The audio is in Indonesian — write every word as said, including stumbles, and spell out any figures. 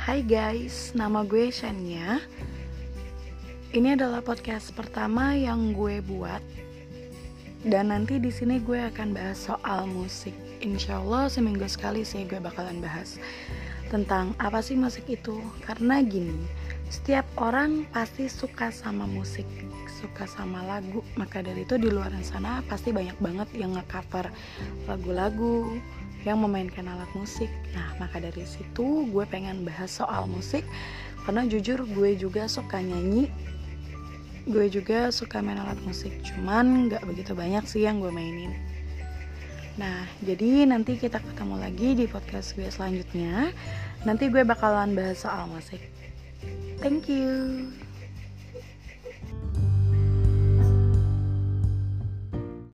Hai guys, nama gue Shania. Ini adalah podcast pertama yang gue buat. Dan nanti di sini gue akan bahas soal musik. Insya Allah seminggu sekali sih gue bakalan bahas tentang apa sih musik itu. Karena gini, setiap orang pasti suka sama musik, suka sama lagu. Maka dari itu di luar sana pasti banyak banget yang nge-cover lagu-lagu, yang memainkan alat musik. Nah, maka dari situ gue pengen bahas soal musik, karena jujur gue juga suka nyanyi, gue juga suka main alat musik, cuman gak begitu banyak sih yang gue mainin. Nah, jadi nanti kita ketemu lagi di podcast gue selanjutnya. Nanti gue bakalan bahas soal musik. Thank you.